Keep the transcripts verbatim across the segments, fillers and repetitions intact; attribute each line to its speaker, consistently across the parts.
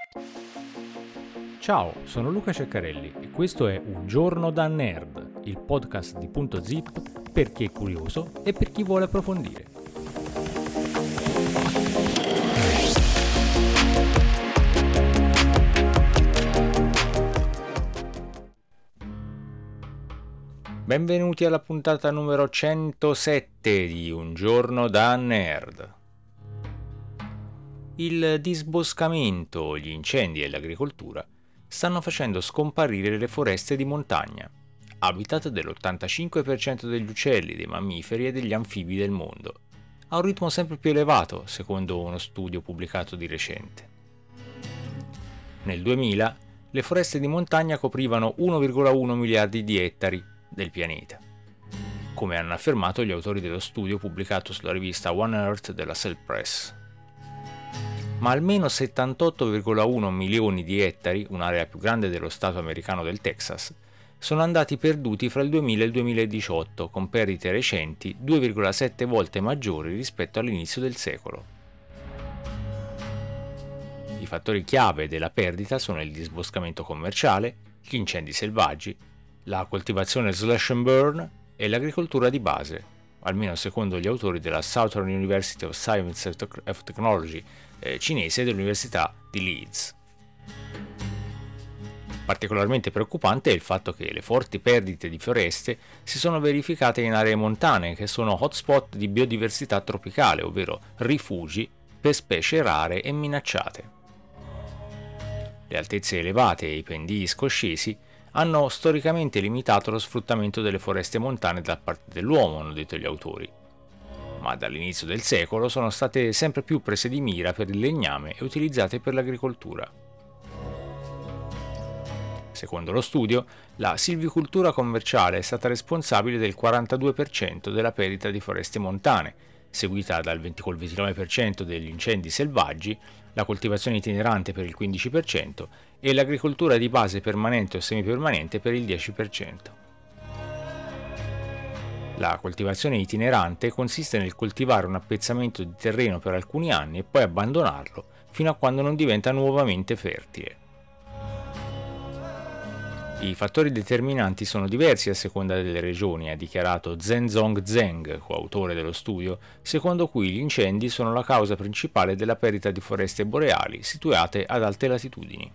Speaker 1: Ciao, sono Luca Ceccarelli e questo è Un giorno da nerd, il podcast di Punto Zip per chi è curioso e per chi vuole approfondire. Benvenuti alla puntata numero centosette di Un giorno da nerd. Il disboscamento, gli incendi e l'agricoltura stanno facendo scomparire le foreste di montagna, habitat dell'ottantacinque per cento degli uccelli, dei mammiferi e degli anfibi del mondo, a un ritmo sempre più elevato, secondo uno studio pubblicato di recente. Nel duemila, le foreste di montagna coprivano uno virgola uno miliardi di ettari del pianeta, come hanno affermato gli autori dello studio pubblicato sulla rivista One Earth della Cell Press. Ma almeno settantotto virgola uno milioni di ettari, un'area più grande dello stato americano del Texas, sono andati perduti fra il duemila e il duemiladiciotto, con perdite recenti due virgola sette volte maggiori rispetto all'inizio del secolo. I fattori chiave della perdita sono il disboscamento commerciale, gli incendi selvaggi, la coltivazione slash and burn e l'agricoltura di base, almeno secondo gli autori della Southern University of Science and Technology eh, cinese dell'Università di Leeds. Particolarmente preoccupante è il fatto che le forti perdite di foreste si sono verificate in aree montane che sono hotspot di biodiversità tropicale, ovvero rifugi per specie rare e minacciate. Le altezze elevate e i pendii scoscesi hanno storicamente limitato lo sfruttamento delle foreste montane da parte dell'uomo, hanno detto gli autori, ma dall'inizio del secolo sono state sempre più prese di mira per il legname e utilizzate per l'agricoltura. Secondo lo studio, la silvicoltura commerciale è stata responsabile del quarantadue per cento della perdita di foreste montane, seguita dal ventinove per cento degli incendi selvaggi, la coltivazione itinerante per il quindici per cento e l'agricoltura di base permanente o semipermanente per il dieci per cento. La coltivazione itinerante consiste nel coltivare un appezzamento di terreno per alcuni anni e poi abbandonarlo fino a quando non diventa nuovamente fertile. I fattori determinanti sono diversi a seconda delle regioni, ha dichiarato Zhenzong Zheng, coautore dello studio, secondo cui gli incendi sono la causa principale della perdita di foreste boreali situate ad alte latitudini.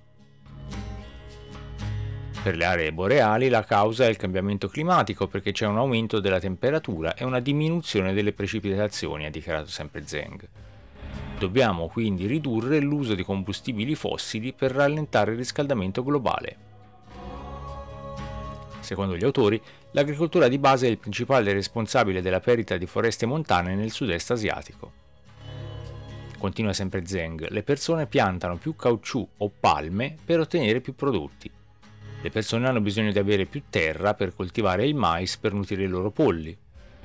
Speaker 1: Per le aree boreali la causa è il cambiamento climatico perché c'è un aumento della temperatura e una diminuzione delle precipitazioni, ha dichiarato sempre Zheng. Dobbiamo quindi ridurre l'uso di combustibili fossili per rallentare il riscaldamento globale. Secondo gli autori, l'agricoltura di base è il principale responsabile della perdita di foreste montane nel sud-est asiatico. Continua sempre Zheng, le persone piantano più caucciù o palme per ottenere più prodotti. Le persone hanno bisogno di avere più terra per coltivare il mais per nutrire i loro polli.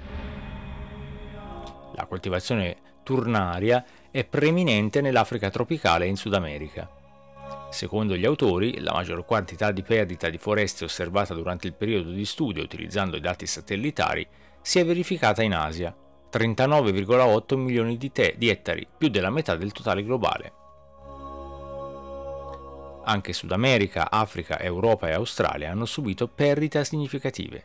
Speaker 1: La coltivazione turnaria è preeminente nell'Africa tropicale e in Sud America. Secondo gli autori, la maggior quantità di perdita di foreste osservata durante il periodo di studio utilizzando i dati satellitari si è verificata in Asia, trentanove virgola otto milioni di, te- di ettari, più della metà del totale globale. Anche Sud America, Africa, Europa e Australia hanno subito perdite significative.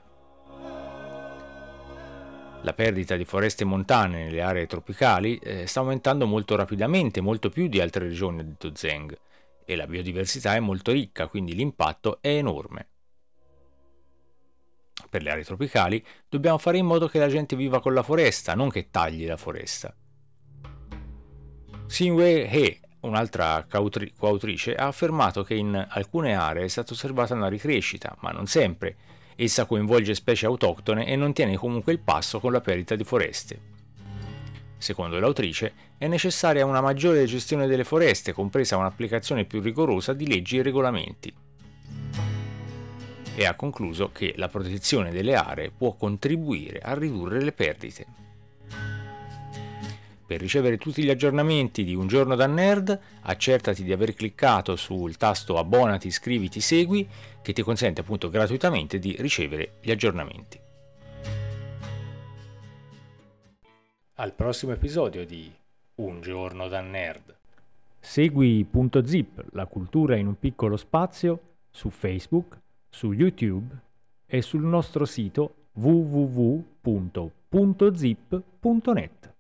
Speaker 1: La perdita di foreste montane nelle aree tropicali eh, sta aumentando molto rapidamente, molto più di altre regioni, ha detto Zheng, e la biodiversità è molto ricca, quindi l'impatto è enorme. Per le aree tropicali dobbiamo fare in modo che la gente viva con la foresta, non che tagli la foresta. Xinwei He, un'altra coautrice, ha affermato che in alcune aree è stata osservata una ricrescita, ma non sempre. Essa coinvolge specie autoctone e non tiene comunque il passo con la perdita di foreste. Secondo l'autrice, è necessaria una maggiore gestione delle foreste, compresa un'applicazione più rigorosa di leggi e regolamenti. E ha concluso che la protezione delle aree può contribuire a ridurre le perdite. Per ricevere tutti gli aggiornamenti di Un giorno da nerd, accertati di aver cliccato sul tasto abbonati, iscriviti, segui, che ti consente appunto gratuitamente di ricevere gli aggiornamenti. Al prossimo episodio di Un giorno da nerd.
Speaker 2: Segui Punto Zip, la cultura in un piccolo spazio, su Facebook, su YouTube e sul nostro sito w w w punto punto zip punto net.